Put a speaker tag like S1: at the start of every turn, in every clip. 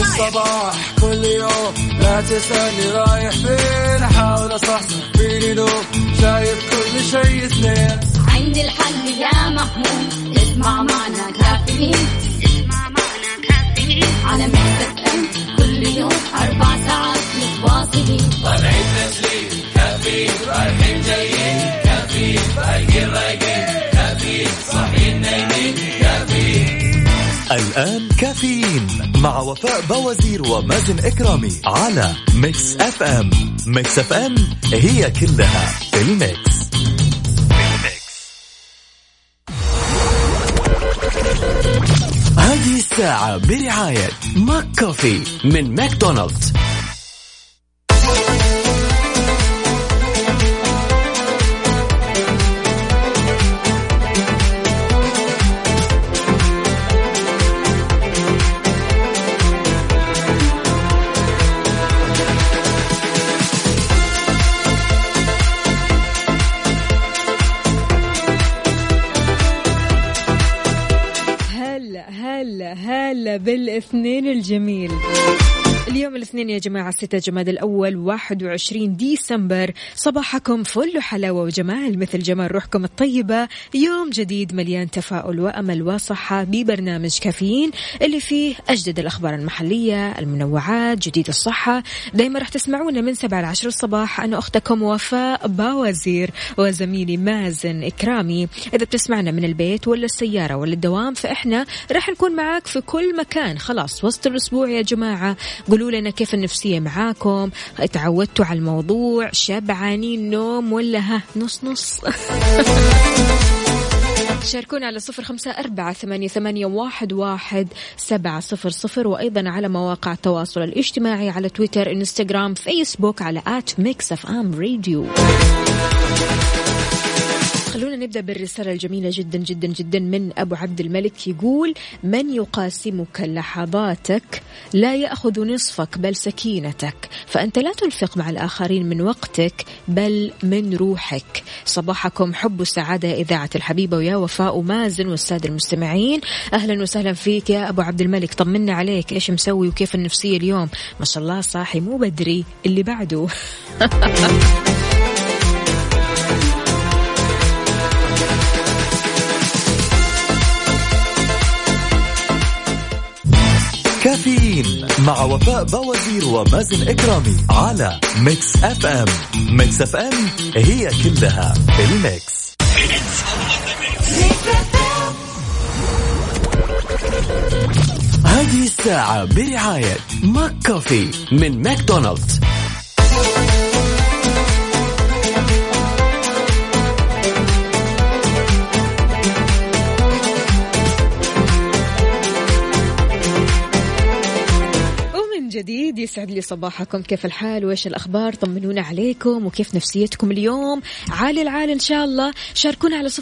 S1: الصباح كل يوم لا تسألني رايح فين أحاول أصحصح فيني لو شايف كل شيء اثنين
S2: عندي الحل يا محمود اسمع معنا كافيين على مكتب كل يوم 4 ساعات متواصلين طالعين تسليم كافيين رايحين جايين كافيين رايقين كافيين صاحيين نايمين كافيين.
S3: الآن كافيين مع وفاء بوازير ومازن إكرامي على ميكس اف ام. ميكس اف ام هي كلها في الميكس. هذه الساعة برعاية ماك كوفي من ماكدونالدز.
S4: هلا بالاثنين الجميل. اليوم الاثنين يا جماعة 6 جماد الأول 21 ديسمبر. صباحكم فل حلاوة وجمال مثل جمال روحكم الطيبة. يوم جديد مليان تفاؤل وأمل وصحة ببرنامج كافيين اللي فيه أجدد الأخبار المحلية المنوعات جديد الصحة. دايما رح تسمعونا من 7 ل 10 الصباح. أنا أختكم وفاء باوزير وزميلي مازن إكرامي. إذا بتسمعنا من البيت ولا السيارة ولا الدوام فإحنا رح نكون معاك في كل مكان. خلاص وسط الأسبوع يا جماعة. قولوا لنا كيف النفسية معاكم، تعودتوا على الموضوع، شبعانين نوم ولا ها نص نص. شاركونا على 0548811700 وأيضا على مواقع التواصل الاجتماعي على تويتر انستغرام فيسبوك على @mixfmradio. خلونا نبدأ بالرسالة الجميلة جدا جدا جدا من أبو عبد الملك. يقول: من يقاسمك لحظاتك لا يأخذ نصفك بل سكينتك، فأنت لا تنفق مع الآخرين من وقتك بل من روحك. صباحكم حب وسعادة إذاعة الحبيبة ويا وفاء ومازن والسادة المستمعين. أهلا وسهلا فيك يا أبو عبد الملك. طمنا عليك، إيش مسوي وكيف النفسية اليوم؟ ما شاء الله صاحي مو بدري اللي بعده.
S3: كافيين مع وفاء بوازير ومازن إكرامي على ميكس اف ام. ميكس اف ام هي كلها في الميكس. هذه الساعة برعاية ماك كوفي من ماكدونالدز.
S4: جديد يسعد لي صباحكم. كيف الحال وإيش الأخبار؟ طمنونا عليكم وكيف نفسيتكم اليوم. عالي العال إن شاء الله. شاركونا على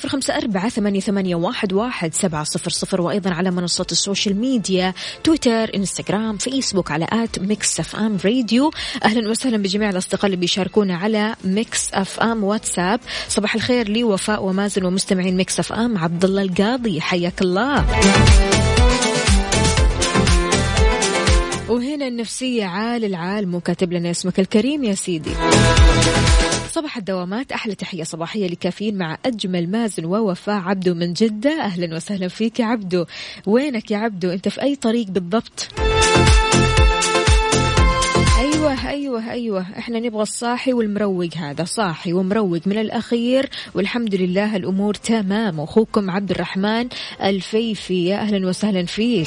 S4: 0548811700 وأيضا على منصات السوشيال ميديا تويتر انستغرام فيسبوك على @mixfmradio. أهلا وسهلا بجميع الأصدقاء اللي بيشاركونا على ميكس اف ام واتساب. صباح الخير لي وفاء ومازن ومستمعين ميكس اف ام. عبد الله القاضي حياك الله. وهنا النفسية عال العال مو كاتب لنا اسمك الكريم يا سيدي. صباح الدوامات، أحلى تحية صباحية لكافيين مع أجمل مازن ووفاء. عبدو من جدة، أهلا وسهلا فيك يا عبدو. وينك يا عبدو؟ أنت في أي طريق بالضبط؟ أيوة إحنا نبغى الصاحي والمروق. هذا صاحي ومروق من الأخير والحمد لله الأمور تمام. أخوكم عبد الرحمن الفيفي، يا أهلا وسهلا فيك.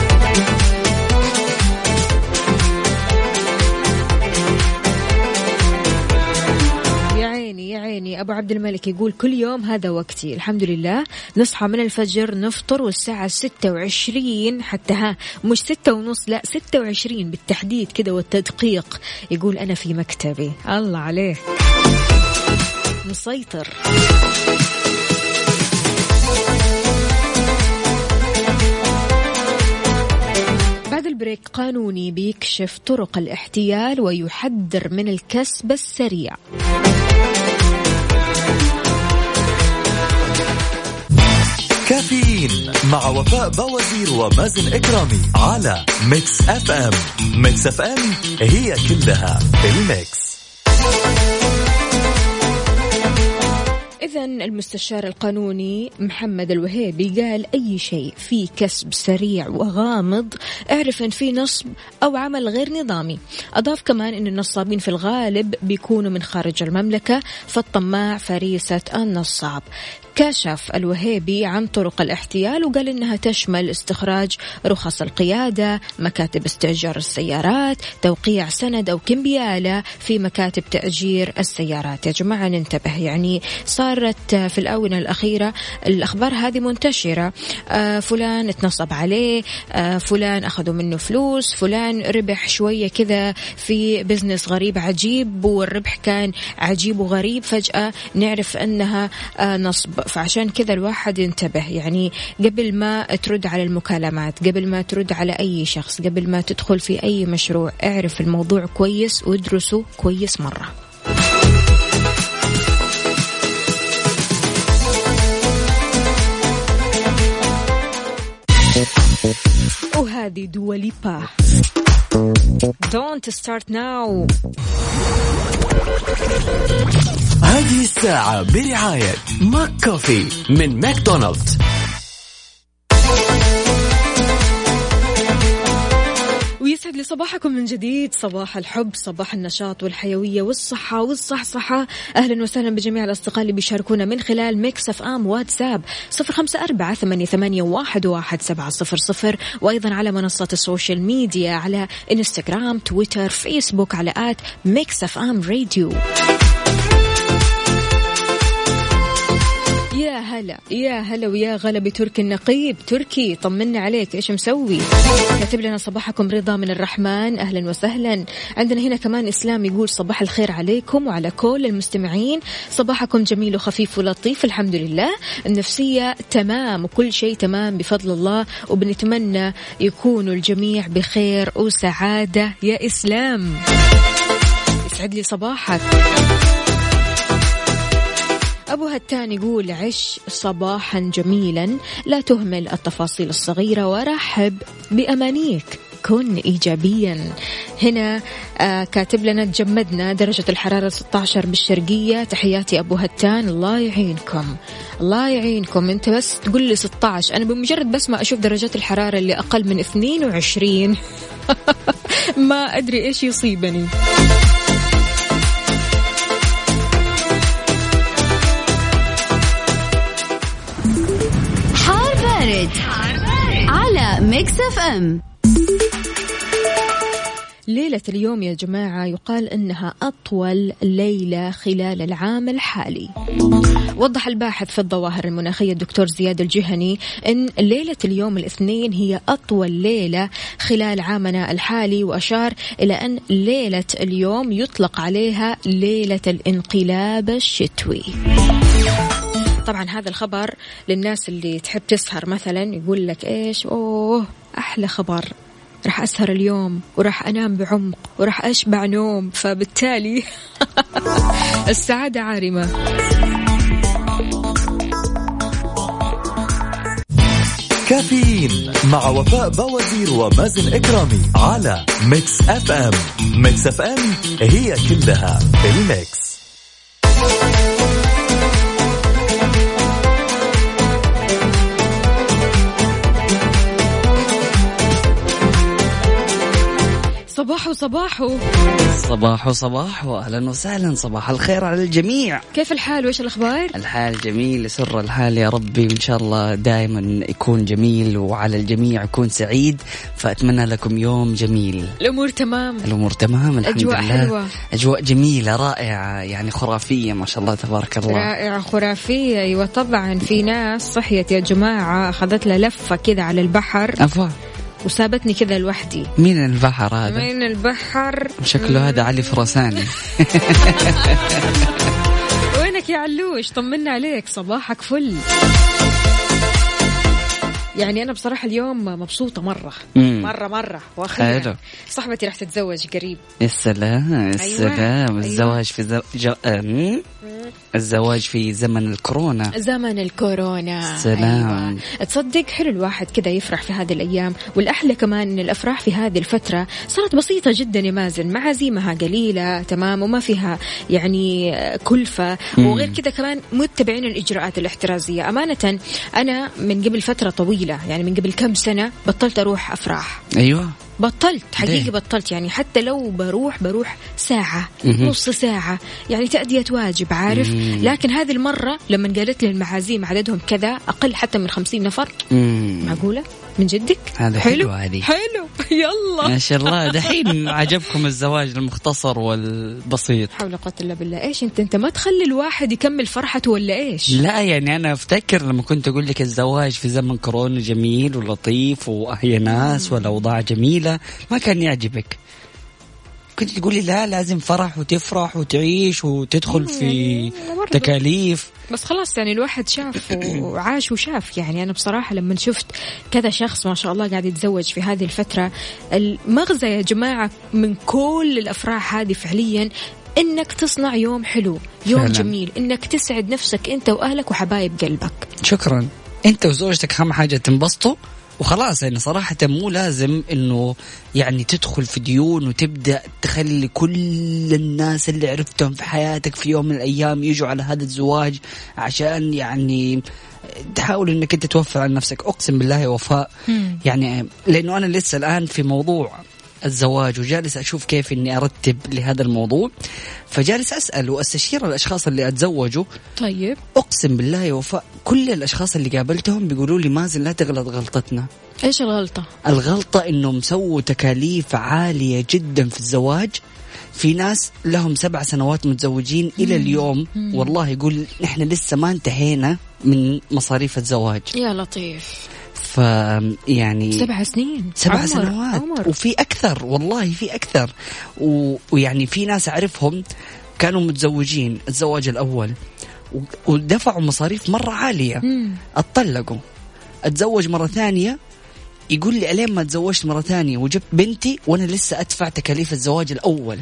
S4: يا عيني أبو عبد الملك يقول: كل يوم هذا وقتي الحمد لله. نصحى من الفجر نفطر والساعة 26 حتى مش 6:30 لا 26 بالتحديد كده والتدقيق. يقول أنا في مكتبي. الله عليه مسيطر. بعد البريك قانوني بيكشف طرق الاحتيال ويحذر من الكسب السريع.
S3: كافيين مع وفاء بوازير ومازن إكرامي على ميكس اف ام. ميكس اف ام هي كلها الميكس.
S4: إذن المستشار القانوني محمد الوهيبي قال أي شيء فيه كسب سريع وغامض اعرف أن فيه نصب أو عمل غير نظامي. أضاف كمان أن النصابين في الغالب بيكونوا من خارج المملكة، فالطماع فريسة النصاب. كشف الوهيبي عن طرق الاحتيال وقال إنها تشمل استخراج رخص القيادة، مكاتب استئجار السيارات، توقيع سند أو كمبيالة في مكاتب تأجير السيارات. يا جماعة ننتبه، يعني صارت في الآونة الأخيرة الأخبار هذه منتشرة، فلان اتنصب عليه، فلان أخذوا منه فلوس، فلان ربح شوية كذا في بزنس غريب عجيب والربح كان عجيب وغريب، فجأة نعرف أنها نصب. فعشان كذا الواحد ينتبه، يعني قبل ما ترد على المكالمات، قبل ما ترد على أي شخص، قبل ما تدخل في أي مشروع، اعرف الموضوع كويس وادرسه كويس مرة. وهذه دواليبا Don't start now.
S3: هذه الساعة برعاية ماك كوفي من ماكدونالدز.
S4: ويسعد لي صباحكم من جديد، صباح الحب، صباح النشاط والحيوية والصحة والصحصحة. أهلا وسهلا بجميع الأصدقاء اللي بيشاركونا من خلال ميكس اف ام واتساب 0548811700، وأيضا على منصات السوشيال ميديا على إنستغرام، تويتر، فيسبوك على @ميكس اف ام راديو. يا هلا يا هلا ويا غلا بتركي النقيب. تركي طمنا عليك، ايش مسوي؟ كاتب لنا صباحكم رضا من الرحمن، اهلا وسهلا. عندنا هنا كمان اسلام يقول صباح الخير عليكم وعلى كل المستمعين، صباحكم جميل وخفيف ولطيف الحمد لله، النفسية تمام وكل شيء تمام بفضل الله، وبنتمنى يكونوا الجميع بخير وسعادة. يا اسلام يسعد لي صباحك. أبو هتان يقول عش صباحا جميلا، لا تهمل التفاصيل الصغيرة ورحب بأمانيك، كن إيجابيا. هنا كاتب لنا تجمدنا، درجة الحرارة 16 بالشرقية، تحياتي أبو هتان. الله يعينكم الله يعينكم، أنت بس تقول لي 16، أنا بمجرد بس ما أشوف درجات الحرارة اللي أقل من 22 ما أدري إيش يصيبني.
S2: على ميكس اف ام.
S4: ليلة اليوم يا جماعة يقال إنها أطول ليلة خلال العام الحالي. وضح الباحث في الظواهر المناخية الدكتور زياد الجهني إن ليلة اليوم الاثنين هي أطول ليلة خلال عامنا الحالي، وأشار إلى أن ليلة اليوم يطلق عليها ليلة الانقلاب الشتوي. طبعا هذا الخبر للناس اللي تحب تسهر مثلا، يقول لك إيش، أوه أحلى خبر، راح أسهر اليوم وراح أنام بعمق وراح أشبع نوم، فبالتالي السعادة عارمة.
S3: كافيين مع وفاء بوازير ومازن إكرامي على ميكس اف ام. ميكس اف ام هي كلها الميكس.
S4: صباحو
S5: صباحو أهلا وسهلا، صباح الخير على الجميع.
S4: كيف الحال وإيش الأخبار؟
S5: الحال جميل، يسر الحال يا ربي، وإن شاء الله دائما يكون جميل وعلى الجميع يكون سعيد، فأتمنى لكم يوم جميل.
S4: الأمور تمام
S5: الحمد
S4: أجواء
S5: لله،
S4: حلوة،
S5: أجواء جميلة رائعة، يعني خرافية ما شاء الله تبارك الله.
S4: رائعة خرافية، أيوة طبعا. في ناس صحيت يا جماعة أخذت لها لفة كذا على البحر وسابتني كذا لوحدي.
S5: مين البحر هذا؟
S4: مين البحر؟
S5: شكله هذا علي فرساني.
S4: وينك يا علوش؟ طمنا عليك، صباحك فل. يعني أنا بصراحة اليوم مبسوطة مرة مرة وأخيرا صاحبتي راح تتزوج قريب.
S5: السلام السلام. الزواج في الزواج في زمن الكورونا.
S4: زمن الكورونا.
S5: سلام.
S4: أيوة. تصدق حلو الواحد كذا يفرح في هذه الأيام، والأحلى كمان إن الأفراح في هذه الفترة صارت بسيطة جدا يا مازن، معازيمها قليلة تمام وما فيها يعني كلفة، وغير كذا كمان متبعين الإجراءات الاحترازية. أمانة أنا من قبل فترة طويلة، يعني من قبل كم سنة بطلت أروح أفراح.
S5: أيوة
S4: بطلت حقيقي بطلت، يعني حتى لو بروح ساعة نص ساعة يعني تأدية واجب عارف. لكن هذه المرة لما قالت لي المعازيم عددهم كذا أقل حتى من 50 نفر، معقولة من جدك؟
S5: هذا حلو هذه
S4: حلو. يلا
S5: ما شاء الله. دحين عجبكم الزواج المختصر والبسيط.
S4: حول قوة إلا بالله. إيش أنت ما تخلي الواحد يكمل فرحته ولا إيش؟
S5: لا يعني أنا أفتكر لما كنت أقول لك الزواج في زمن كورونا جميل ولطيف وأهي ناس والأوضاع جميلة، ما كان يعجبك. كنت تقولي لا لازم فرح وتفرح وتعيش وتدخل في تكاليف.
S4: بس خلاص يعني الواحد شاف وعاش وشاف. يعني أنا بصراحة لما شفت كذا شخص ما شاء الله قاعد يتزوج في هذه الفترة، المغزى يا جماعة من كل الأفراح هذه فعليا إنك تصنع يوم حلو، يوم فعلا جميل، إنك تسعد نفسك أنت وأهلك وحبايب قلبك.
S5: شكرا. أنت وزوجتك أهم حاجة تنبسطوا وخلاص. يعني صراحة مو لازم إنه يعني تدخل في ديون وتبدأ تخلي كل الناس اللي عرفتهم في حياتك في يوم من الأيام يجوا على هذا الزواج عشان يعني تحاول إنك أنت توفر عن نفسك. أقسم بالله يا وفاء يعني لأنه أنا لسه الآن في موضوع الزواج وجالس أشوف كيف إني أرتب لهذا الموضوع، فجالس أسأل وأستشير الأشخاص اللي أتزوجوا.
S4: طيب
S5: أقسم بالله يا وفاء كل الأشخاص اللي قابلتهم بيقولوا لي مازن لا تغلط غلطتنا.
S4: إيش الغلطة؟
S5: الغلطة إنهم سووا تكاليف عالية جدا في الزواج. في ناس لهم 7 سنوات متزوجين إلى اليوم والله يقول إحنا لسه ما انتهينا من مصاريف الزواج.
S4: يا لطيف.
S5: يعني
S4: 7 سنين
S5: 7 سنوات وفي أكثر والله في أكثر. ويعني في ناس أعرفهم كانوا متزوجين الزواج الأول ودفعوا مصاريف مرة عالية، اتطلقوا، اتزوج مرة ثانية، يقول لي ألين ما تزوجت مرة ثانية وجبت بنتي وأنا لسه أدفع تكاليف الزواج الأول.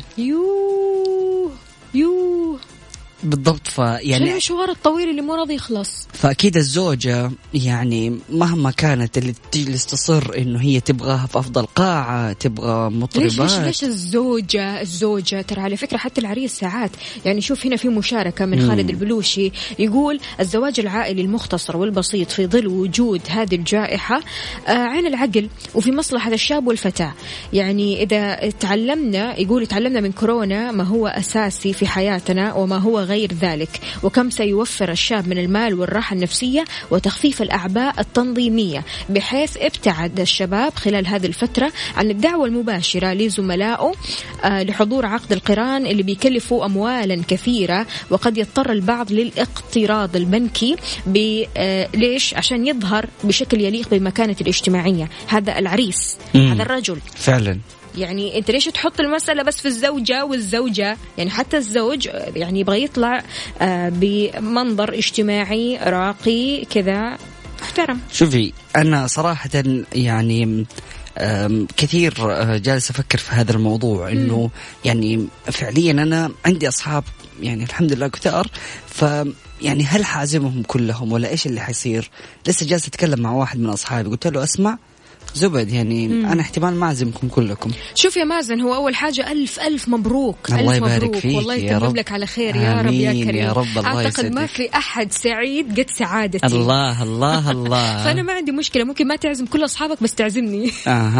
S5: بالضبط. فيعني
S4: المشوار الطويل اللي مو راضي يخلص.
S5: فأكيد الزوجة يعني مهما كانت اللي تجلس تصر إنه هي تبغاها في أفضل قاعة، تبغى مطربات.
S4: ليش الزوجة ترى على فكرة حتى العريس ساعات يعني شوف هنا في مشاركة من خالد البلوشي يقول الزواج العائلي المختصر والبسيط في ظل وجود هذه الجائحة عين العقل وفي مصلحة الشاب والفتاة. يعني إذا تعلمنا من كورونا ما هو أساسي في حياتنا وما هو غير ذلك، وكم سيوفر الشاب من المال والراحة النفسية وتخفيف الأعباء التنظيمية، بحيث ابتعد الشباب خلال هذه الفترة عن الدعوة المباشرة لزملائه لحضور عقد القران اللي بيكلفوا أموالا كثيرة، وقد يضطر البعض للاقتراض البنكي ليش؟ عشان يظهر بشكل يليق بمكانة الاجتماعية. هذا العريس هذا الرجل
S5: فعلا.
S4: يعني أنت ليش تحط المسألة بس في الزوجة والزوجة؟ يعني حتى الزوج يعني يبغى يطلع بمنظر اجتماعي راقي كذا محترم.
S5: شوفي أنا صراحة يعني كثير جالس أفكر في هذا الموضوع إنه يعني فعليا أنا عندي أصحاب يعني الحمد لله كثار، يعني هل حازمهم كلهم ولا إيش اللي حيصير؟ لسه جالس أتكلم مع واحد من أصحابي قلت له أسمع زبد يعني أنا احتمال ما أعزمكم كلكم.
S4: شوف يا مازن هو أول حاجة ألف مبروك.
S5: الله يبارك فيك
S4: والله يتمم لك على خير يا رب يا كريم
S5: يا رب. الله
S4: أعتقد ما في أحد سعيد قد سعادتي.
S5: الله الله الله.
S4: فأنا ما عندي مشكلة، ممكن ما تعزم كل أصحابك بس تعزمني.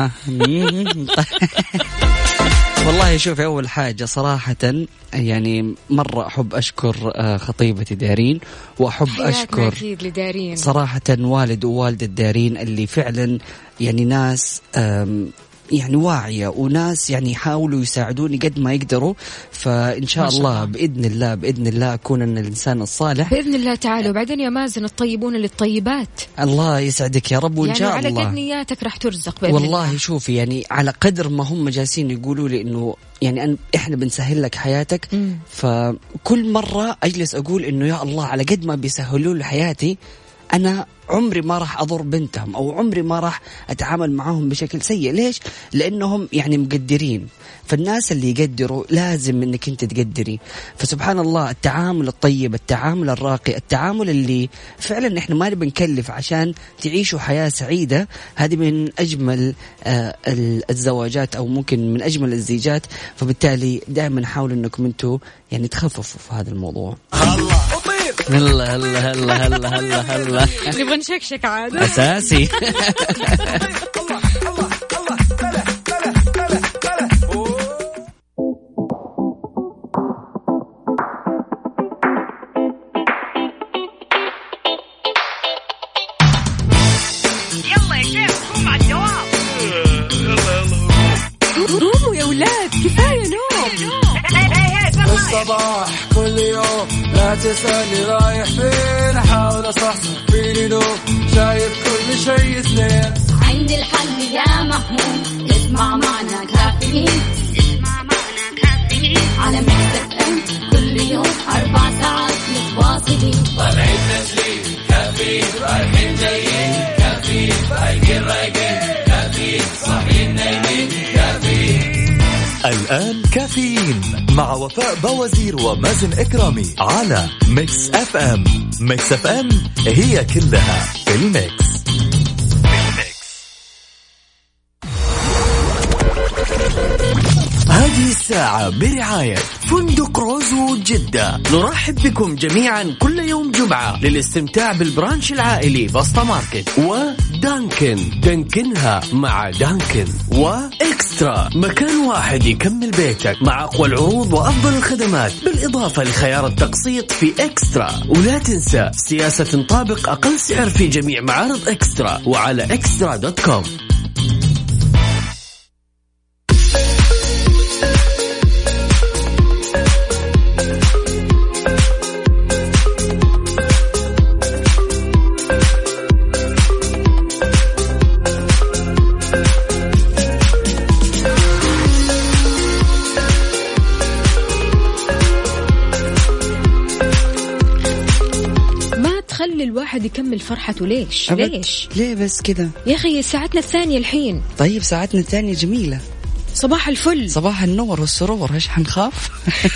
S5: والله شوف أول حاجة صراحة يعني مرة أحب أشكر خطيبتي دارين، وأحب أشكر صراحة والد ووالدة دارين اللي فعلا يعني ناس يعني واعية وناس يعني يحاولوا يساعدوني قد ما يقدروا. فإن شاء الله بإذن الله أكون أن الإنسان الصالح
S4: بإذن الله تعالى. وبعدين يا مازن الطيبون للطيبات.
S5: الله يسعدك يا رب. وإن شاء
S4: الله
S5: يعني
S4: على قد نياتك رح ترزق بإذن
S5: والله
S4: الله.
S5: شوفي يعني على قدر ما هم جالسين يقولوا لي إنه يعني إحنا بنسهل لك حياتك، فكل مرة أجلس أقول إنه يا الله على قد ما بيسهلوا لي حياتي أنا عمري ما راح أضر بنتهم أو عمري ما راح أتعامل معهم بشكل سيء. ليش؟ لأنهم يعني مقدرين. فالناس اللي يقدروا لازم أنك أنت تقدري. فسبحان الله التعامل الطيب، التعامل الراقي، التعامل اللي فعلا إحنا ما نبي نكلف عشان تعيشوا حياة سعيدة، هذه من أجمل الزواجات أو ممكن من أجمل الزيجات. فبالتالي دائما حاولوا أنكم أنتوا يعني تخففوا في هذا الموضوع. هلا هلا هلا هلا هلا هلا
S4: نبغى نشكشك عادة
S5: أساسي.
S4: يلا يا شيخ قوم على الدوام. قوموا يا ولاد كفاية نوم.
S1: الصباح كل يوم لا تسألني رايح فين، أحاول أصحصح فيني نوم، شايف كل شيء اثنين.
S2: عندي الحل يا محمود، اسمع معنا كافيين، اسمع معنا كافيين على ميكس اف ام كل يوم 4 ساعات متواصلين.
S1: طالعين تسليم كافيين، رايحين جايين كافيين، رايقين رايقين كافيين، صاحيين نايمين كافيين.
S3: الآن كافيين مع وفاء بوازير ومازن إكرامي على ميكس اف ام. ميكس اف ام هي كلها في الميكس. هذه الساعة برعاية فندق روزو جدة. نرحب بكم جميعا كل يوم جمعة للاستمتاع بالبرانش العائلي بسطة ماركت، ودانكن دانكنها مع دانكن، وإكسترا مكان واحد يكمل بيتك مع أقوى العروض وأفضل الخدمات، بالإضافة لخيار التقسيط في إكسترا. ولا تنسى سياسة تنطبق أقل سعر في جميع معارض إكسترا وعلى extra.com.
S4: الواحد يكمل فرحته. ليش؟
S5: ليه بس كذا
S4: يا أخي؟ ساعتنا الثانية الحين.
S5: طيب ساعتنا الثانية جميلة.
S4: صباح الفل،
S5: صباح النور والسرور. إيش حنخاف؟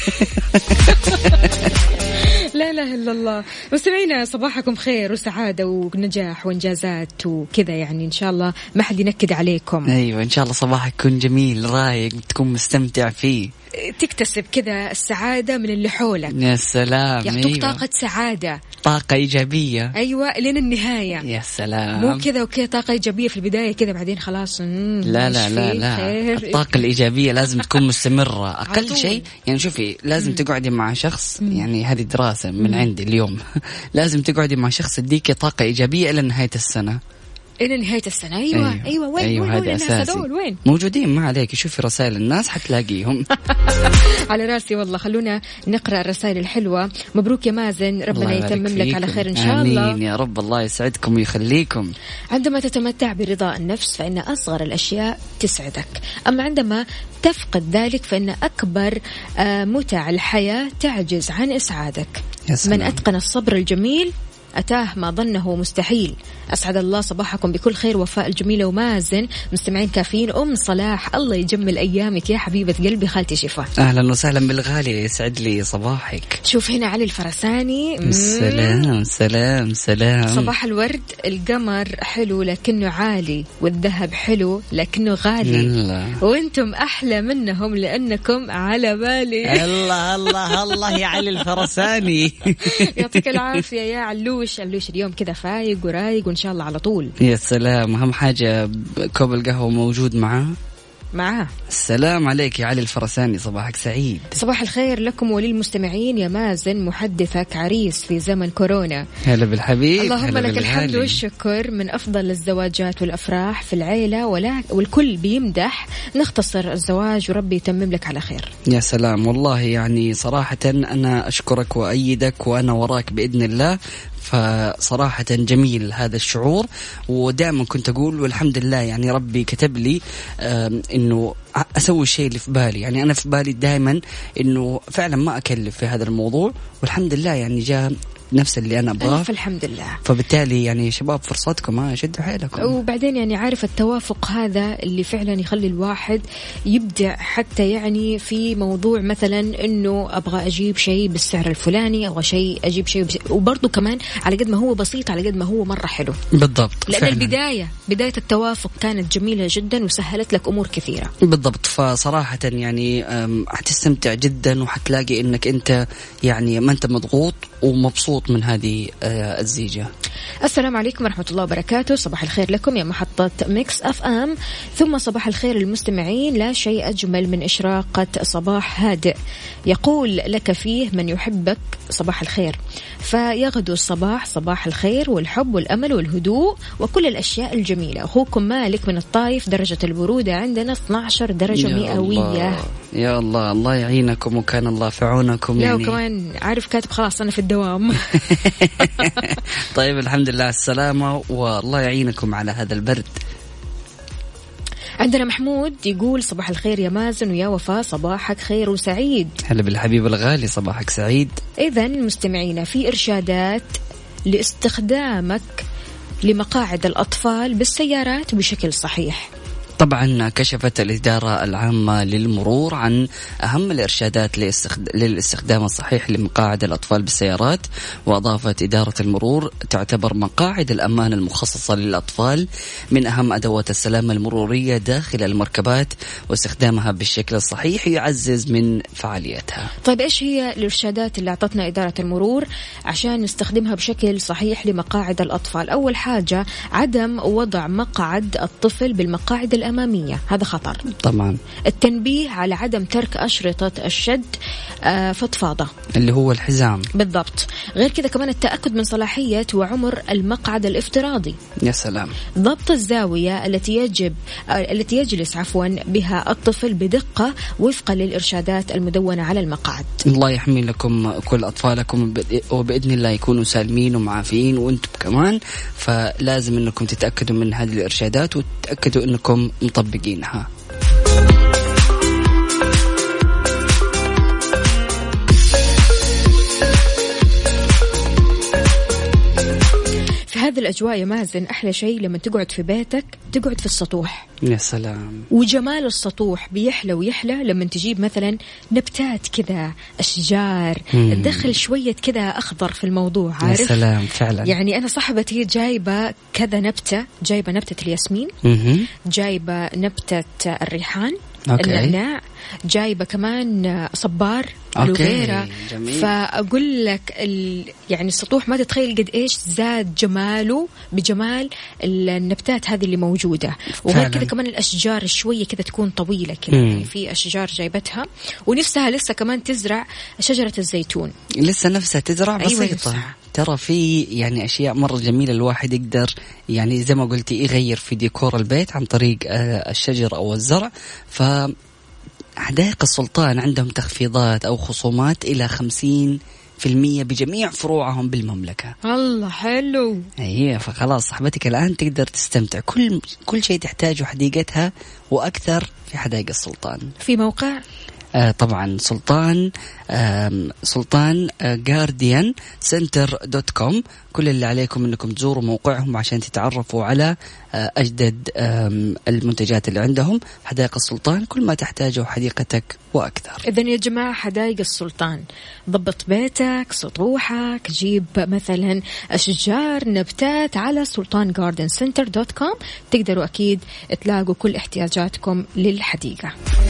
S4: لا لا إلا الله. مستمعينا صباحكم خير وسعادة ونجاح وإنجازات وكذا، يعني إن شاء الله ما حد ينكد عليكم.
S5: أيوة إن شاء الله صباحك يكون جميل رايق تكون مستمتع فيه،
S4: تكتسب كذا السعادة من اللي حولك.
S5: يا سلام.
S4: يعطوك
S5: أيوة.
S4: طاقة سعادة،
S5: طاقة إيجابية.
S4: أيوة لين النهاية.
S5: يا سلام.
S4: مو كذا وكذا طاقة إيجابية في البداية كذا بعدين خلاص.
S5: لا لا لا لا، الطاقة الإيجابية لازم تكون مستمرة. أقل شيء يعني شوفي لازم تقعدي مع شخص، يعني هذه دراسة من عندي اليوم. لازم تقعدي مع شخص يديك طاقة إيجابية إلى نهاية السنة.
S4: إلى نهاية السنة. أيوة وين
S5: هذا أساسي.
S4: وين
S5: موجودين، ما عليك. شوفي رسائل الناس حتلاقيهم.
S4: على راسي والله. خلونا نقرأ الرسائل الحلوة. مبروك يا مازن، ربنا يتمم لك على خير إن شاء الله.
S5: آمين يا رب، الله يسعدكم ويخليكم.
S4: عندما تتمتع برضا النفس فإن أصغر الأشياء تسعدك، أما عندما تفقد ذلك فإن أكبر متع الحياة تعجز عن إسعادك. من أتقن الصبر الجميل أتاه ما ظنه مستحيل. أسعد الله صباحكم بكل خير وفاء الجميلة ومازن. مستمعين كافيين. أم صلاح الله يجمل أيامك يا حبيبة قلبي خالتي شفا.
S5: أهلا وسهلا بالغالي، يسعد لي صباحك.
S4: شوف هنا علي الفرساني.
S5: سلام سلام سلام.
S4: صباح الورد. القمر حلو لكنه عالي، والذهب حلو لكنه غالي، وانتم أحلى منهم لأنكم على بالي.
S5: الله الله الله يا علي الفرساني.
S4: يعطيك العافية يا علوش. اليوم كذا فايق ورايق وإن شاء الله على طول.
S5: يا سلام. أهم حاجة كوب القهوة موجود معاه. السلام عليك يا علي الفرساني، صباحك سعيد.
S4: صباح الخير لكم وللمستمعين. يا مازن محدثك عريس في زمن كورونا.
S5: هلا بالحبيب.
S4: اللهم لك الحمد والشكر. من أفضل الزواجات والأفراح في العيلة والكل بيمدح. نختصر الزواج وربي يتمم لك على خير.
S5: يا سلام. والله يعني صراحة أنا أشكرك وأيدك وأنا وراك بإذن الله. فصراحة جميل هذا الشعور، ودائما كنت أقول والحمد لله يعني ربي كتب لي إنه أسوي الشيء اللي في بالي. يعني أنا في بالي دائما إنه فعلا ما أكلف في هذا الموضوع، والحمد لله يعني جاء نفس اللي أنا أبغاه.
S4: فالحمد لله.
S5: فبالتالي يعني شباب فرصتكم، شدوا حيلكم.
S4: وبعدين يعني عارف التوافق هذا اللي فعلا يخلي الواحد يبدع، حتى يعني في موضوع مثلا إنه أبغى أجيب شيء بالسعر الفلاني، أبغى شيء أجيب شيء وبرضه كمان على قد ما هو بسيط على قد ما هو مرة حلو.
S5: بالضبط.
S4: لأن فعلاً بداية التوافق كانت جميلة جدا وسهلت لك أمور كثيرة.
S5: بالضبط. فصراحة يعني حتستمتع جدا، وحتلاقي إنك أنت يعني ما أنت مضغوط ومبسوط من هذه الزيجة.
S4: السلام عليكم ورحمة الله وبركاته. صباح الخير لكم يا محطة ميكس أف أم، ثم صباح الخير المستمعين. لا شيء أجمل من إشراقة صباح هادئ يقول لك فيه من يحبك صباح الخير، فيغدو الصباح صباح الخير والحب والأمل والهدوء وكل الأشياء الجميلة. أخوكم مالك من الطايف، درجة البرودة عندنا 12 درجة مئوية.
S5: يا الله، الله يعينكم وكان الله في عونكم.
S4: لا وكمان عارف كاتب خلاص أنا في الدوام.
S5: طيب الحمد لله السلامة، والله يعينكم على هذا البرد.
S4: عندنا محمود يقول صباح الخير يا مازن ويا وفاء، صباحك خير وسعيد.
S5: هلا بالحبيب الغالي، صباحك سعيد.
S4: إذن مستمعينا في إرشادات لاستخدامك لمقاعد الأطفال بالسيارات بشكل صحيح.
S5: طبعا كشفت الإدارة العامة للمرور عن أهم الإرشادات للاستخدام الصحيح لمقاعد الأطفال بالسيارات، وأضافت إدارة المرور تعتبر مقاعد الأمان المخصصة للأطفال من أهم أدوات السلامة المرورية داخل المركبات، واستخدامها بالشكل الصحيح يعزز من فعاليتها.
S4: طيب إيش هي الإرشادات اللي أعطتنا إدارة المرور عشان نستخدمها بشكل صحيح لمقاعد الأطفال؟ أول حاجة عدم وضع مقعد الطفل بالمقاعد الأمامية، هذا خطر
S5: طبعا.
S4: التنبيه على عدم ترك أشرطة الشد فضفاضة اللي
S5: هو الحزام.
S4: بالضبط. غير كذا كمان التأكد من صلاحية وعمر المقعد الافتراضي.
S5: يا سلام.
S4: ضبط الزاوية التي يجلس بها الطفل بدقة وفقا للإرشادات المدونة على المقعد.
S5: الله يحمي لكم كل أطفالكم وبإذن الله يكونوا سالمين ومعافين وأنتم كمان، فلازم أنكم تتأكدوا من هذه الإرشادات وتتأكدوا أنكم مطبقينها.
S4: في هذه الأجواء يا مازن أحلى شيء لما تقعد في بيتك تقعد في السطوح.
S5: يا سلام.
S4: وجمال السطوح بيحلى ويحلى لما تجيب مثلا نبتات كذا، أشجار، تدخل شوية كذا أخضر في الموضوع، عارف؟
S5: يا سلام فعلا.
S4: يعني أنا صاحبتي جايبة كذا نبتة، جايبة نبتة الياسمين، جايبة نبتة الريحان، النعناع، جايبة كمان صبار، ألوفيرا. فأقول لك يعني السطوح ما تتخيل قد إيش زاد جماله بجمال النبتات هذه اللي موجودة. وغير كذا كمان الأشجار شوية كذا تكون طويلة كذا، يعني في أشجار جايبتها ونفسها لسه كمان تزرع شجرة الزيتون،
S5: لسه نفسها تزرع بسيطة.
S4: أيوة
S5: ترى في يعني أشياء مرة جميلة الواحد يقدر يعني زي ما قلتي يغير في ديكور البيت عن طريق الشجر أو الزرع. فحدائق السلطان عندهم تخفيضات أو خصومات إلى 50% بجميع فروعهم بالمملكة.
S4: الله حلو.
S5: أيه، فخلاص صاحبتك الآن تقدر تستمتع كل شيء تحتاجه حديقتها وأكثر في حدائق السلطان.
S4: في موقع
S5: طبعا سلطان guardian center.com. كل اللي عليكم انكم تزوروا موقعهم عشان تتعرفوا على اجدد المنتجات اللي عندهم. حدائق السلطان كل ما تحتاجه حديقتك واكثر.
S4: اذن يا جماعه حدائق السلطان، ضبط بيتك، سطوحك، جيب مثلا اشجار، نباتات على sultangardencenter.com. تقدروا اكيد تلاقوا كل احتياجاتكم للحديقه.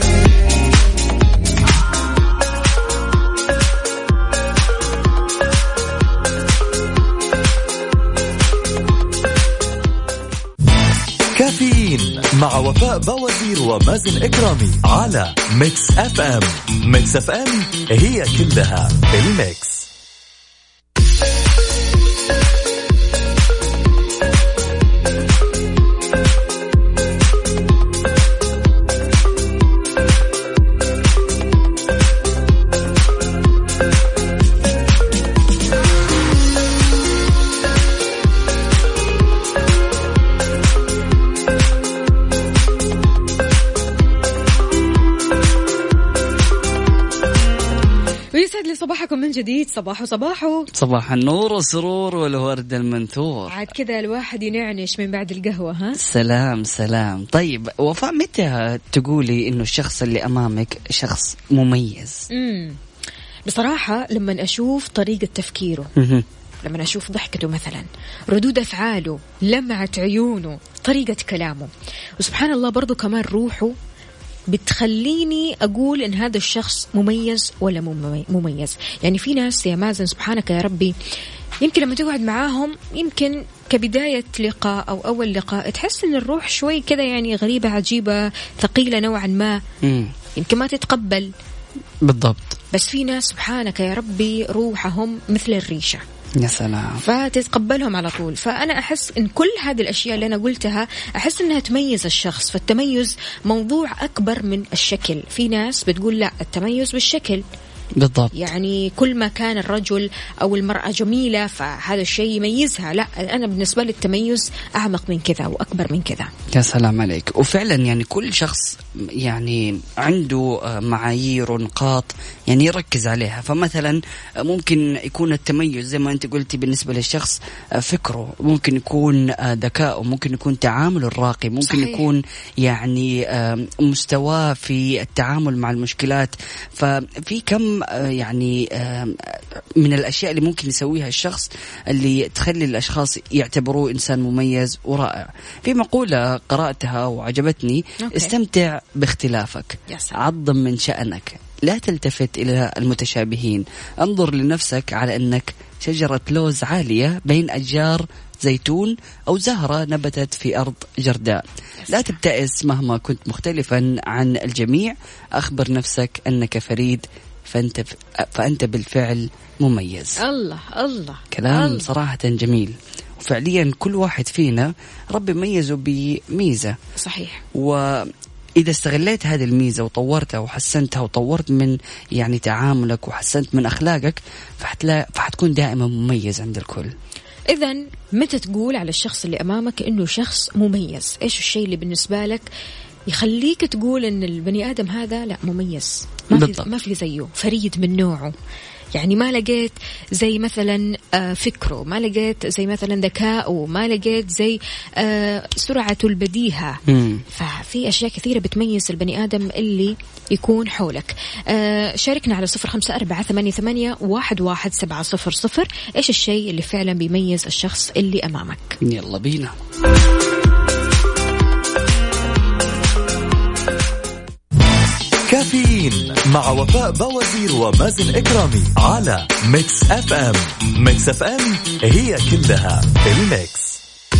S6: كافيين مع وفاء بوازير ومازن إكرامي على ميكس اف ام. ميكس اف ام هي كلها الميكس.
S4: يسعد لي صباحكم من جديد. صباحو
S5: صباح النور والسرور والورد المنثور.
S4: عاد كذا الواحد ينعنش من بعد القهوة. ها
S5: سلام. طيب وفاء، متى تقولي إنه الشخص اللي أمامك شخص مميز؟
S4: بصراحة لما أشوف طريقة تفكيره، لما أشوف ضحكته مثلا، ردود أفعاله، لمعة عيونه، طريقة كلامه، وسبحان الله برضو كمان روحه بتخليني أقول إن هذا الشخص مميز ولا مميز. يعني في ناس يا مازن سبحانك يا ربي يمكن لما تقعد معاهم يمكن كبداية لقاء أو أول لقاء تحس إن الروح شوي كذا يعني غريبة عجيبة ثقيلة نوعا ما، يمكن ما تتقبل
S5: بالضبط.
S4: بس في ناس سبحانك يا ربي روحهم مثل الريشة،
S5: يا سلام،
S4: فتتقبلهم على طول. فأنا أحس إن كل هذه الأشياء اللي أنا قلتها أحس إنها تميز الشخص. فالتميز موضوع أكبر من الشكل. في ناس بتقول لا، التميز بالشكل
S5: بالضبط،
S4: يعني كل ما كان الرجل أو المرأة جميلة فهذا الشيء يميزها. لا، أنا بالنسبة لي التميز أعمق من كذا وأكبر من كذا.
S5: يا سلام عليك. وفعلا يعني كل شخص يعني عنده معايير ونقاط يعني يركز عليها. فمثلا ممكن يكون التميز زي ما أنت قلتي بالنسبة للشخص فكره، ممكن يكون ذكائه، ممكن يكون تعامله الراقي، ممكن صحيح. يكون يعني مستواه في التعامل مع المشكلات. ففي كم يعني من الأشياء اللي ممكن يسويها الشخص اللي تخلي الأشخاص يعتبروه إنسان مميز ورائع. في مقولة قرأتها وعجبتني، استمتع باختلافك، عظم من شأنك، لا تلتفت إلى المتشابهين، انظر لنفسك على أنك شجرة لوز عالية بين أشجار زيتون أو زهرة نبتت في أرض جرداء، لا تبتئس مهما كنت مختلفا عن الجميع، أخبر نفسك أنك فريد فأنت بالفعل مميز.
S4: الله
S5: كلام
S4: الله.
S5: صراحة جميل. وفعليا كل واحد فينا ربي ميزه بميزة،
S4: صحيح.
S5: وإذا استغليت هذه الميزة وطورتها وحسنتها وطورت من يعني تعاملك وحسنت من أخلاقك فحتكون دائما مميز عند الكل.
S4: إذن متى تقول على الشخص اللي أمامك إنه شخص مميز؟ إيش الشيء اللي بالنسبة لك يخليك تقول إن البني آدم هذا لا مميز، ما في زيه، فريد من نوعه؟ يعني ما لقيت زي مثلا فكره، ما لقيت زي مثلا ذكائه، ما لقيت زي سرعة البديهة. ففي أشياء كثيرة بتميز البني آدم اللي يكون حولك. شاركنا على 0548811700. إيش الشيء اللي فعلا بيميز الشخص اللي أمامك؟
S5: يلا بينا.
S6: كافيين مع وفاء بوازير ومازن إكرامي على ميكس اف ام. ميكس اف ام هي كلها الميكس.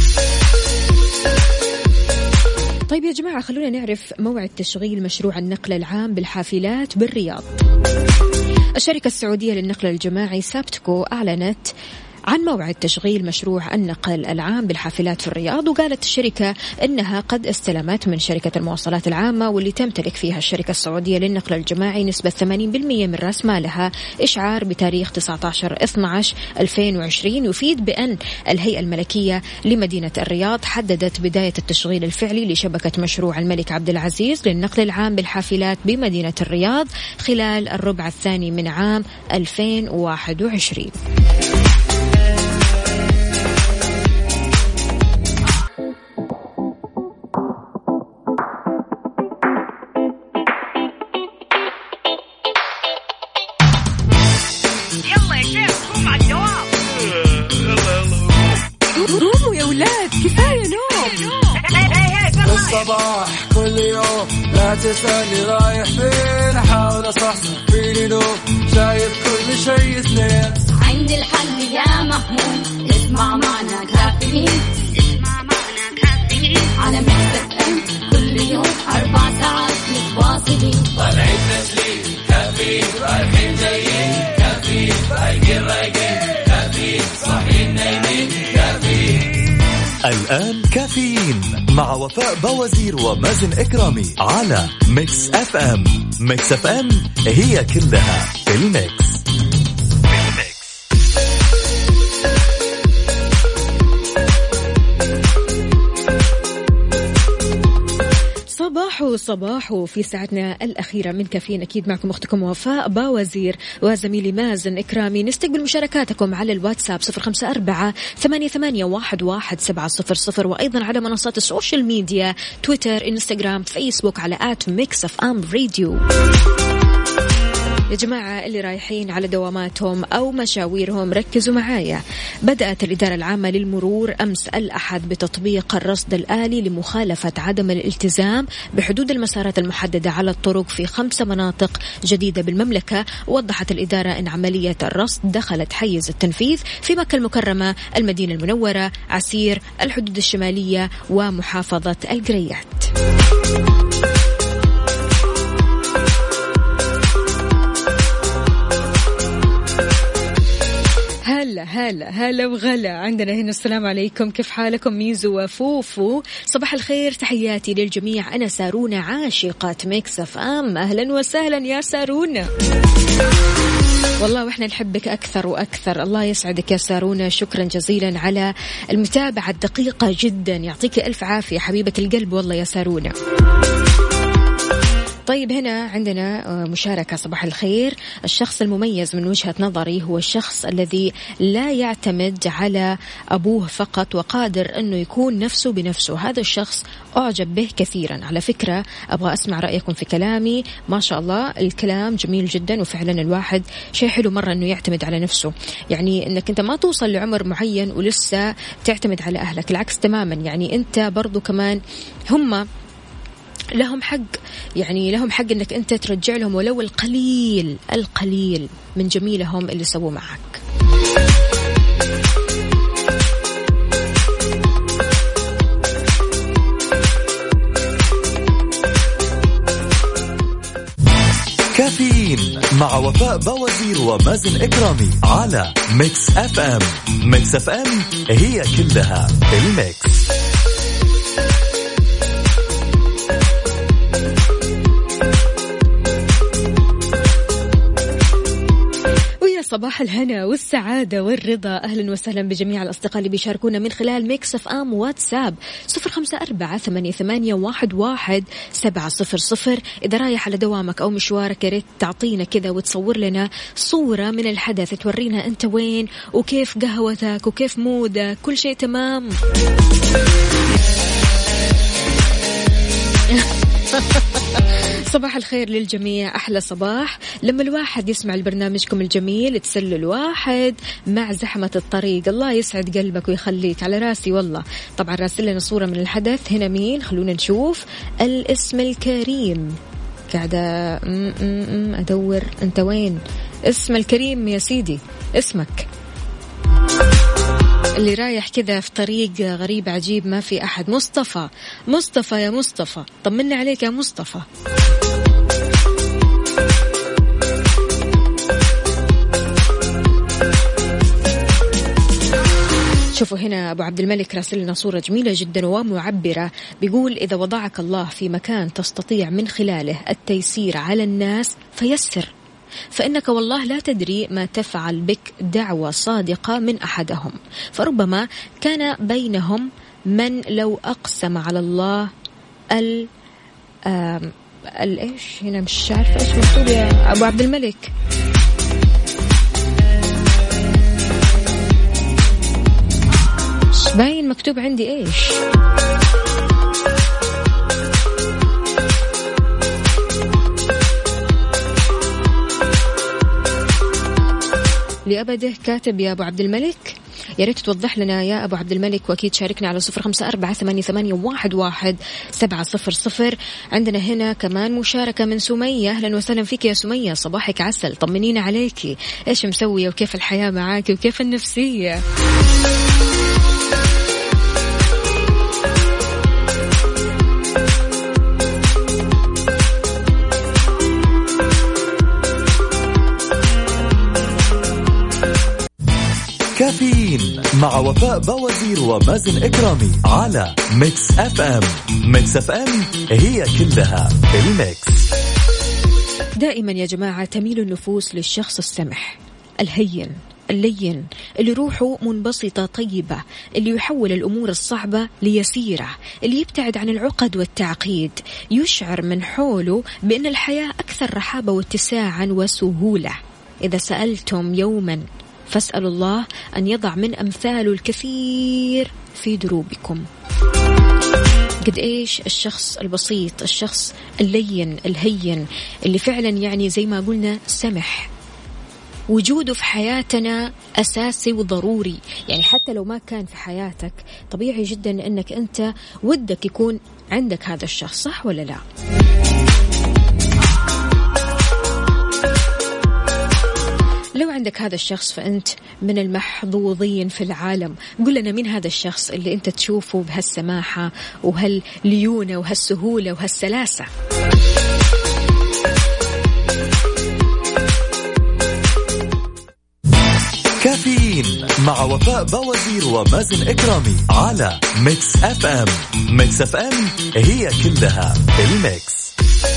S4: طيب يا جماعة خلونا نعرف موعد تشغيل مشروع النقل العام بالحافلات بالرياض. الشركة السعودية للنقل الجماعي سابتكو أعلنت عن موعد تشغيل مشروع النقل العام بالحافلات في الرياض، وقالت الشركة أنها قد استلمت من شركة المواصلات العامة واللي تمتلك فيها الشركة السعودية للنقل الجماعي نسبة 80% من رأس مالها إشعار بتاريخ 19/12/2020. يفيد بأن الهيئة الملكية لمدينة الرياض حددت بداية التشغيل الفعلي لشبكة مشروع الملك عبد العزيز للنقل العام بالحافلات بمدينة الرياض خلال الربع الثاني من عام 2021.
S1: الصباح كل يوم لا تسألني رايح فين، أحاول أصحصح فيني نوم، شايف كل شيء سنين،
S2: عندي الحل يا محمود، اسمع معنا كافيين، على ميكس اف ام كل يوم 4 ساعات متواصلين، طالعين تسليم كافيين، رايحين جايين كافيين، رايقين كافيين، صاحيين نايمين كافيين.
S6: الآن كافيين مع وفاء بوازير ومازن إكرامي على ميكس اف ام. ميكس اف ام هي كلها الميكس.
S4: صباح في ساعتنا الأخيرة من كافيين. أكيد معكم أختكم وفاء باوزير وزميلي مازن إكرامي. نستقبل مشاركاتكم على الواتساب 0548811700 وأيضا على منصات السوشيال ميديا تويتر إنستغرام فيسبوك على @mixfmradio. يا جماعة اللي رايحين على دواماتهم أو مشاويرهم ركزوا معايا. بدأت الإدارة العامة للمرور أمس الأحد بتطبيق الرصد الآلي لمخالفة عدم الالتزام بحدود المسارات المحددة على الطرق في 5 مناطق جديدة بالمملكة. وضحت الإدارة أن عملية الرصد دخلت حيز التنفيذ في مكة المكرمة، المدينة المنورة، عسير، الحدود الشمالية ومحافظة القريات. هلا وغلا. عندنا هنا السلام عليكم، كيف حالكم ميزو وفوفو؟ صباح الخير، تحياتي للجميع. أنا سارونا عاشقة ميكس اف ام. أهلا وسهلا يا سارونا، والله وإحنا نحبك أكثر وأكثر. الله يسعدك يا سارونا، شكرا جزيلا على المتابعة الدقيقة جدا. يعطيك ألف عافية حبيبة القلب والله يا سارونا. طيب هنا عندنا مشاركة. صباح الخير، الشخص المميز من وجهة نظري هو الشخص الذي لا يعتمد على أبوه فقط وقادر أنه يكون نفسه بنفسه. هذا الشخص أعجب به كثيرا. على فكرة أبغى أسمع رأيكم في كلامي. ما شاء الله الكلام جميل جدا، وفعلا الواحد شيء حلو مرة أنه يعتمد على نفسه. يعني أنك أنت ما توصل لعمر معين ولسه تعتمد على أهلك، العكس تماما. يعني أنت برضو كمان هم لهم حق، يعني لهم حق أنك أنت ترجع لهم ولو القليل من جميلهم اللي سووه معك.
S6: كافيين مع وفاء باوزير ومازن إكرامي على ميكس اف ام. ميكس اف ام هي كلها الميكس.
S4: صباح الهنا والسعادة والرضا. أهلا وسهلا بجميع الأصدقاء اللي بيشاركونا من خلال ميكس اف ام واتساب 0548811700. إذا رايح على دوامك أو مشوارك يا ريت تعطينا كذا وتصور لنا صورة من الحدث، تورينا أنت وين وكيف قهوتك وكيف مودك، كل شيء تمام. صباح الخير للجميع، أحلى صباح لما الواحد يسمع البرنامجكم الجميل، تسلي الواحد مع زحمة الطريق. الله يسعد قلبك ويخليك، على راسي والله. طبعا راسل لنا صورة من الحدث. هنا مين؟ خلونا نشوف. الاسم الكريم، قاعدة أدور. أنت وين؟ اسم الكريم يا سيدي، اسمك اللي رايح كذا في طريق غريب عجيب ما في أحد. مصطفى يا مصطفى، طمنا عليك يا مصطفى. شوفوا هنا أبو عبد الملك راسل لنا صورة جميلة جدا ومعبرة. بيقول إذا وضعك الله في مكان تستطيع من خلاله التيسير على الناس فيسر، فإنك والله لا تدري ما تفعل بك دعوة صادقة من أحدهم، فربما كان بينهم من لو أقسم على الله إيش هنا مش عارفة إيش مكتوب يا أبو عبد الملك. باين مكتوب عندي إيش. لأبده كاتب يا أبو عبد الملك، يا ريت توضح لنا يا أبو عبد الملك، وأكيد شاركنا على 0548811700. عندنا هنا كمان مشاركة من سمية. أهلا وسهلا فيك يا سمية، صباحك عسل، طمنينا عليكي، إيش مسوية وكيف الحياة معاكي وكيف النفسية؟
S6: كافيين مع وفاء باوزير ومازن إكرامي على ميكس اف ام. ميكس اف ام هي كلها الميكس.
S4: دائما يا جماعة تميل النفوس للشخص السمح الهين اللين اللي روحه منبسطة طيبة، اللي يحول الأمور الصعبة ليسيرة، اللي يبتعد عن العقد والتعقيد، يشعر من حوله بأن الحياة أكثر رحابة واتساعا وسهولة. إذا سألتم يوما فاسألوا الله أن يضع من أمثاله الكثير في دروبكم. قد إيش الشخص البسيط، الشخص اللين الهين اللي فعلا يعني زي ما قلنا سمح، وجوده في حياتنا أساسي وضروري. يعني حتى لو ما كان في حياتك طبيعي جدا أنك أنت ودك يكون عندك هذا الشخص، صح ولا لا؟ لو عندك هذا الشخص فأنت من المحظوظين في العالم. قل لنا مين هذا الشخص اللي أنت تشوفه بهالسماحة وهالليونة وهالسهولة وهالسلاسة.
S6: كافيين مع وفاء بوازير ومازن إكرامي على ميكس اف ام. ميكس اف ام هي كلها الميكس.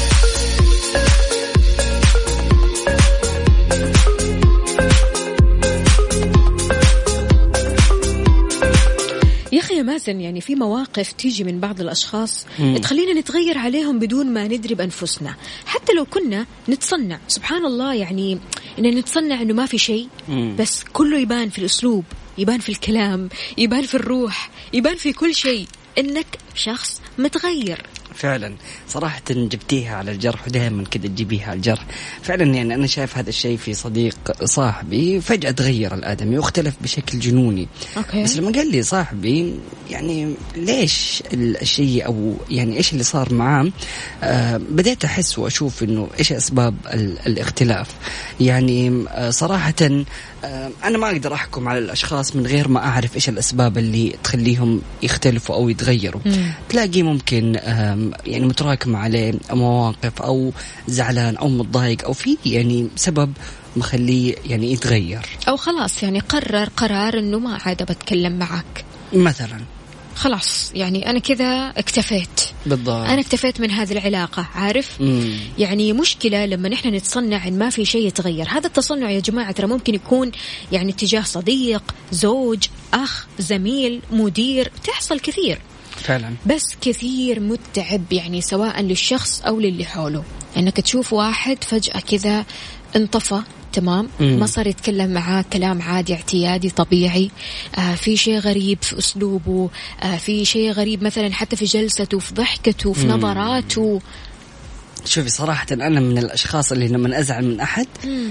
S4: يا أخي يا مازن، يعني في مواقف تيجي من بعض الأشخاص تخلينا نتغير عليهم بدون ما ندري بأنفسنا، حتى لو كنا نتصنع. سبحان الله، يعني إن نتصنع إنه ما في شيء، بس كله يبان في الأسلوب، يبان في الكلام، يبان في الروح، يبان في كل شيء إنك شخص متغير.
S5: فعلا صراحة جبتيها على الجرح، ودائما كده تجيبيها على الجرح. فعلا يعني أنا شايف هذا الشيء في صديق صاحبي، فجأة تغير الآدمي واختلف بشكل جنوني.
S4: أوكي.
S5: بس لما قال لي صاحبي يعني ليش الشيء أو يعني إيش اللي صار معاه، بديت أحس وأشوف إنه إيش أسباب الاختلاف. يعني صراحة أنا ما أقدر أحكم على الأشخاص من غير ما أعرف إيش الأسباب اللي تخليهم يختلفوا أو يتغيروا. تلاقي ممكن يعني متراكم عليه مواقف أو زعلان أو متضايق أو في يعني سبب مخليه يعني يتغير،
S4: أو خلاص يعني قرار إنه ما عاد بتكلم معك
S5: مثلا.
S4: خلاص يعني أنا كذا اكتفيت.
S5: بالضبط.
S4: أنا اكتفيت من هذه العلاقة، عارف؟ يعني مشكلة لما نحن نتصنع إن ما في شيء يتغير. هذا التصنع يا جماعة ترى ممكن يكون يعني اتجاه صديق، زوج، أخ، زميل، مدير، تحصل كثير
S5: فعلا،
S4: بس كثير متعب يعني سواء للشخص أو للي حوله. إنك تشوف واحد فجأة كذا انطفى تمام، ما صار يتكلم معاه كلام عادي اعتيادي طبيعي، في شيء غريب في أسلوبه، في شيء غريب مثلا حتى في جلسته، في ضحكته، في نظراته.
S5: شوفي صراحة أنا من الأشخاص اللي لما أزعل من أحد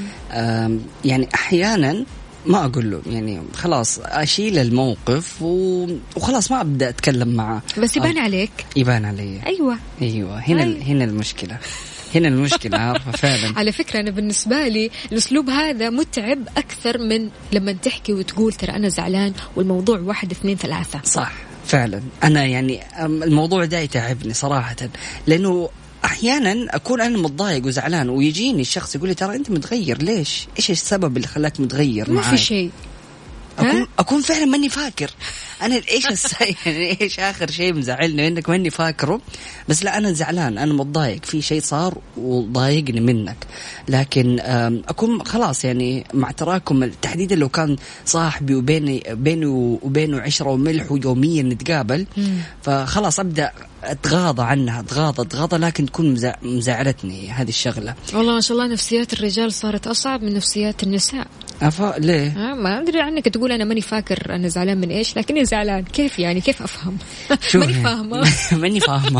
S5: يعني أحيانا ما أقول له، يعني خلاص أشيل الموقف وخلاص ما أبدأ أتكلم معه.
S4: بس يبان عليك.
S5: يبان علي.
S4: أيوة
S5: هنا المشكلة. هنا المشكلة عارفة فعلا.
S4: على فكرة أنا بالنسبة لي الأسلوب هذا متعب أكثر من لما تحكي وتقول ترى أنا زعلان والموضوع 1 2 3.
S5: صح فعلا. أنا يعني الموضوع ده يتعبني صراحة، لأنه أحيانا أكون أنا متضايق وزعلان ويجيني الشخص يقول لي ترى أنت متغير، ليش؟ إيش السبب اللي خلاك متغير معاي؟
S4: ما في شيء.
S5: أكون فعلا ماني فاكر أنا يعني إيش آخر شيء مزعلني إنك ماني فاكره، بس لا أنا زعلان، أنا متضايق، في شيء صار وضايقني منك. لكن أكون خلاص يعني مع تراكم تحديدا لو كان صاحبي وبيني وبينه عشرة وملح ويوميا نتقابل، فخلاص أبدأ أتغاضى عنها، أتغاضى لكن تكون مزعلتني هذه الشغلة.
S4: والله ما شاء الله نفسيات الرجال صارت أصعب من نفسيات النساء.
S5: ليه؟
S4: ما أدري عنك تقول أنا ماني فاكر أنا زعلان من إيش، لكني زعلان كيف يعني؟ كيف أفهم؟ ماني فاهمة.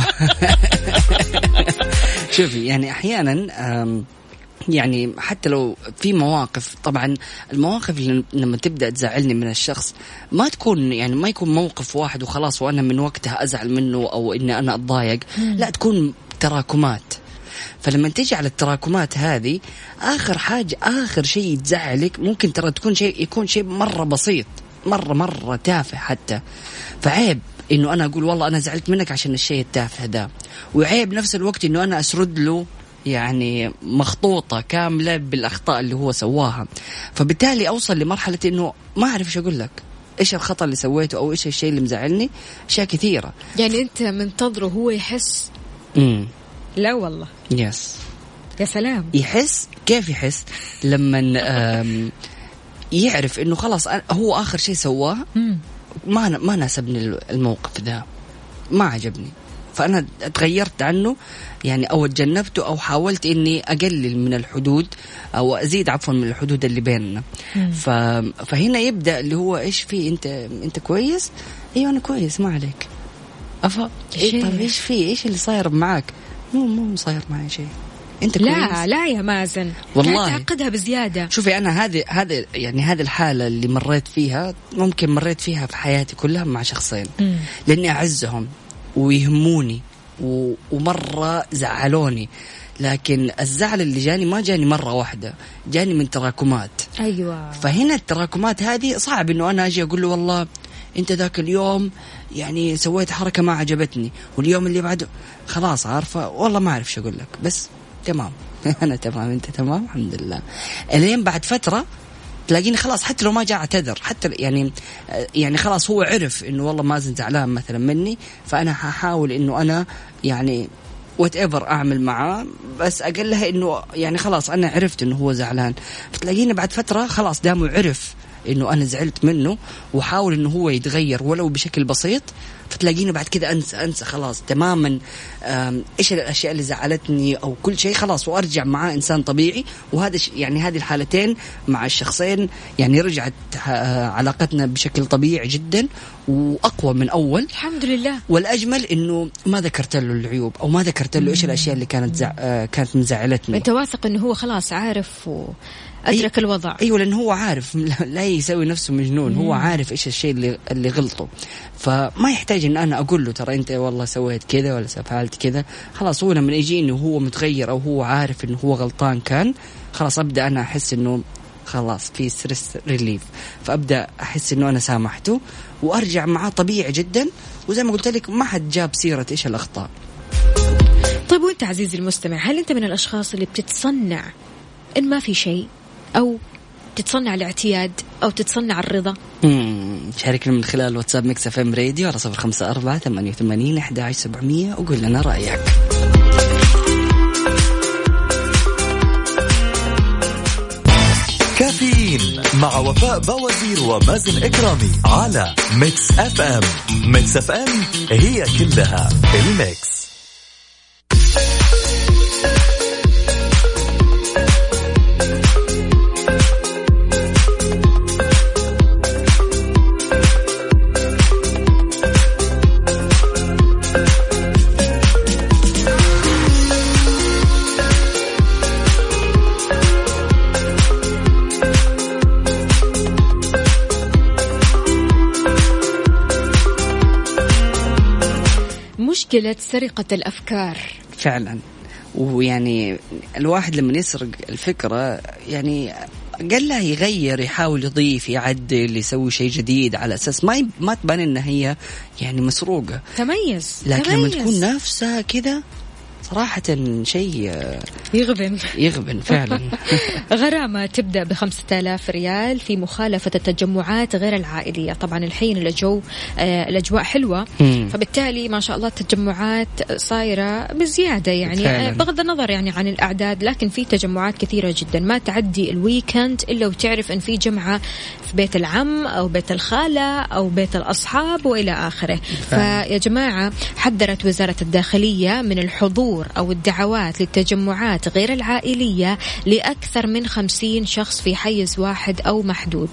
S5: شوفي يعني أحيانا يعني حتى لو في مواقف، طبعا المواقف اللي لما تبدأ تزعلني من الشخص ما تكون يعني ما يكون موقف واحد وخلاص وأنا من وقتها أزعل منه أو إني أنا أتضايق، لا تكون تراكمات. فلما تيجي على التراكمات هذه آخر شيء يتزعلك ممكن ترى يكون شيء مرة بسيط، مرة تافه حتى. فعيب إنه أنا أقول والله أنا زعلت منك عشان الشيء التافه ده، وعيب نفس الوقت إنه أنا أسرد له يعني مخطوطة كاملة بالأخطاء اللي هو سواها. فبالتالي أوصل لمرحلة إنه ما أعرف إيش أقول لك، إيش الخطأ اللي سويته أو إيش الشيء اللي مزعلني. أشياء كثيرة.
S4: يعني أنت منتظره هو يحس؟ لا والله.
S5: يس.
S4: يا سلام.
S5: يحس كيف يحس؟ لما يعرف إنه خلاص هو آخر شيء سواه ما ناسبني الموقف ده، ما عجبني، فأنا تغيرت عنه يعني، أو اتجنبته، أو حاولت إني أقلل من الحدود أو أزيد عفوا من الحدود اللي بيننا. فهنا يبدأ اللي هو إيش في أنت كويس؟ أيوة أنا كويس، ما عليك. إيه طب إيش في إيش اللي صاير معك؟ مو صاير معي شيء، أنت كويس.
S4: لا يا مازن
S5: والله
S4: تعقدها بزيادة.
S5: شوفي أنا هذه الحالة اللي مريت فيها، ممكن مريت فيها في حياتي كلها مع شخصين، لأني أعزهم ويهموني ومرة زعلوني، لكن الزعل اللي جاني ما جاني مرة واحدة، جاني من تراكمات.
S4: أيوة.
S5: فهنا التراكمات هذه صعب إنه أنا أجي أقول له والله أنت ذاك اليوم يعني سويت حركة ما عجبتني، واليوم اللي بعده خلاص عارفة والله ما أعرف شو أقول لك، بس تمام أنا تمام أنت تمام الحمد لله. الين بعد فترة تلاقيني خلاص حتى لو ما جاء اعتذر، حتى يعني خلاص هو عرف إنه والله مازن زعلان مثلا مني، فأنا هحاول إنه أنا يعني whatever أعمل معاه، بس أقلها إنه يعني خلاص أنا عرفت إنه هو زعلان. فتلاقيني بعد فترة خلاص دامه عرف إنه أنا زعلت منه وحاول إنه هو يتغير ولو بشكل بسيط، فتلاقيني بعد كده أنسى خلاص تماما إيش الأشياء اللي زعلتني أو كل شيء خلاص، وأرجع معاه إنسان طبيعي. وهذا يعني هذه الحالتين مع الشخصين يعني رجعت علاقتنا بشكل طبيعي جدا وأقوى من أول
S4: الحمد لله.
S5: والأجمل إنه ما ذكرت له العيوب أو ما ذكرت له إيش الأشياء اللي كانت مزعلتني.
S4: أنت واثق إنه هو خلاص عارف أدرك الوضع.
S5: أيوة لأنه هو عارف، لا يسوي نفسه مجنون، هو عارف إيش الشيء اللي غلطه، فما يحتاج إن أنا أقول له ترى أنت والله سويت كذا ولا فعلت كذا. خلاص هو لما يجي إنه هو متغير أو هو عارف إنه هو غلطان كان، خلاص أبدأ أنا أحس إنه خلاص في ستريس ريليف، فأبدأ أحس إنه أنا سامحته وأرجع معاه طبيعي جدا. وزي ما قلت لك ما حد جاب سيرة إيش الأخطاء.
S4: طيب وأنت عزيزي المستمع، هل أنت من الأشخاص اللي بتتصنع إن ما في شيء، أو تتصنع الاعتياد، أو تتصنع الرضا؟
S5: شاركنا من خلال واتساب ميكس اف ام راديو على 0548811700 وقول لنا رأيك.
S6: كافيين مع وفاء بوازير ومازن إكرامي على ميكس اف ام. ميكس اف ام هي كلها الميكس.
S4: مشكلة سرقة الأفكار
S5: فعلا. ويعني الواحد لما يسرق الفكرة يعني قال له يغير، يحاول يضيف، يعدل، يسوي شيء جديد على أساس ما تبان إن هي يعني مسروقة،
S4: تميز.
S5: لكن لما تكون نفسها كذا صراحة شيء يغبن فعلا.
S4: غرامة تبدأ ب5,000 ريال في مخالفة التجمعات غير العائلية. طبعا الحين الأجواء حلوة، فبالتالي ما شاء الله التجمعات صايرة بزيادة يعني فعلا. بغض النظر يعني عن الأعداد، لكن في تجمعات كثيرة جدا ما تعدي الويكند إلا وتعرف أن في جمعة في بيت العم أو بيت الخالة أو بيت الأصحاب وإلى آخره. فيا جماعة حذرت وزارة الداخلية من الحضور أو الدعوات للتجمعات غير العائلية لأكثر من 50 شخص في حيز واحد أو محدود.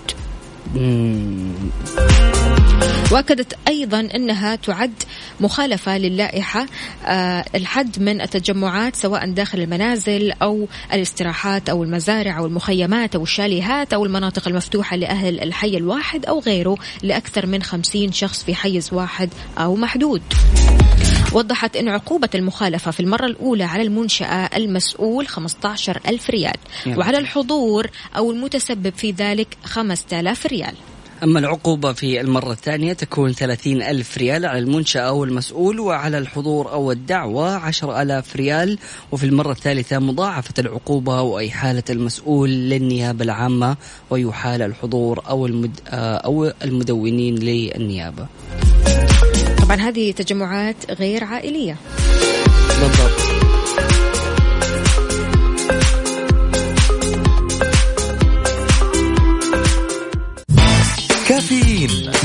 S4: وأكدت أيضا أنها تعد مخالفة للائحة الحد من التجمعات سواء داخل المنازل أو الاستراحات أو المزارع أو المخيمات أو الشاليهات أو المناطق المفتوحة لأهل الحي الواحد أو غيره لأكثر من 50 شخص في حيز واحد أو محدود. وضحت أن عقوبة المخالفة في المرة الأولى على المنشأة المسؤول 15,000 ريال، وعلى الحضور أو المتسبب في ذلك 5,000 ريال.
S5: أما العقوبة في المرة الثانية تكون 30,000 ريال على المنشأة أو المسؤول، وعلى الحضور أو الدعوة 10,000 ريال. وفي المرة الثالثة مضاعفة العقوبة وإحالة المسؤول للنيابة العامة، ويحال الحضور أو المدونين للنيابة.
S4: طبعا هذه تجمعات غير عائلية
S5: بالضبط.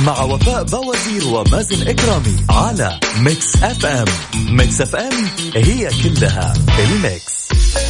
S6: مع وفاء بوازير ومازن إكرامي على ميكس اف ام. ميكس اف ام هي كلها الميكس.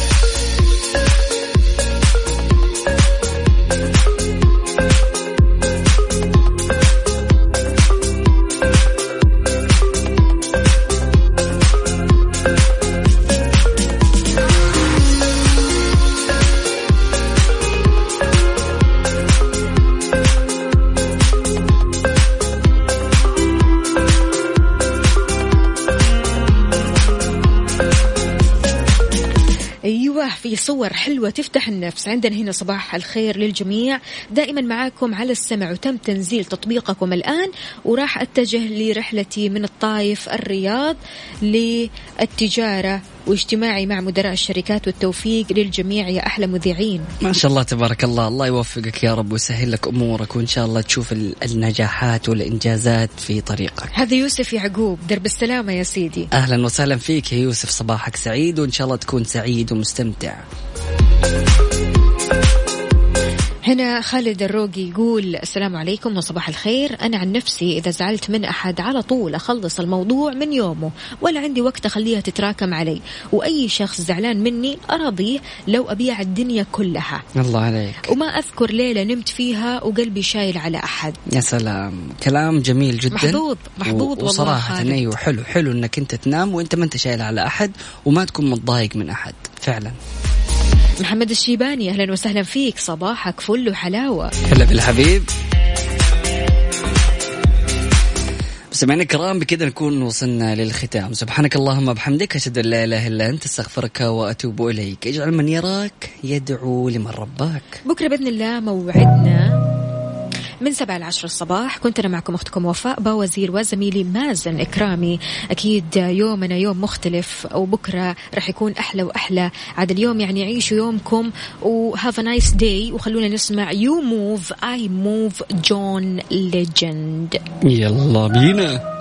S4: في صور حلوة تفتح النفس. عندنا هنا صباح الخير للجميع، دائما معاكم على السمع، وتم تنزيل تطبيقكم الآن، وراح أتجه لرحلتي من الطايف الرياض للتجارة واجتماعي مع مدراء الشركات، والتوفيق للجميع يا أحلى مذيعين.
S5: ما شاء الله تبارك الله، الله يوفقك يا رب ويسهل لك أمورك، وإن شاء الله تشوف النجاحات والإنجازات في طريقك.
S4: هذا يوسف يعقوب، درب السلامة يا سيدي.
S5: أهلا وسهلا فيك يا يوسف، صباحك سعيد وإن شاء الله تكون سعيد ومستمتع.
S4: هنا خالد الروقي يقول السلام عليكم وصباح الخير. أنا عن نفسي إذا زعلت من أحد على طول أخلص الموضوع من يومه، ولا عندي وقت أخليها تتراكم علي، وأي شخص زعلان مني أراضيه لو أبيع الدنيا كلها.
S5: الله عليك.
S4: وما أذكر ليلة نمت فيها وقلبي شايل على أحد.
S5: يا سلام، كلام جميل جدا،
S4: محظوظ والله.
S5: وصراحة أيوه، حلو أنك أنت تنام وأنت ما أنت شايل على أحد وما تكون متضايق من أحد فعلا.
S4: محمد الشيباني أهلا وسهلا فيك، صباحك فل وحلاوة.
S5: هلا بالحبيب. سمعنا الكرام، بكذا نكون وصلنا للختام. سبحانك اللهم بحمدك، أشهد أن لا إله إلا أنت، استغفرك وأتوب إليك. اجعل من يراك يدعو لمن رباك.
S4: بكرة بإذن الله موعدنا من 7 ل 10 الصباح. كنت أنا معكم أختكم وفاء باوزير وزميلي مازن إكرامي. أكيد يومنا يوم مختلف، وبكرة رح يكون أحلى وأحلى عاد اليوم، يعني عيشوا يومكم و have a nice day. وخلونا نسمع You Move I Move John Legend.
S5: يلا بينا.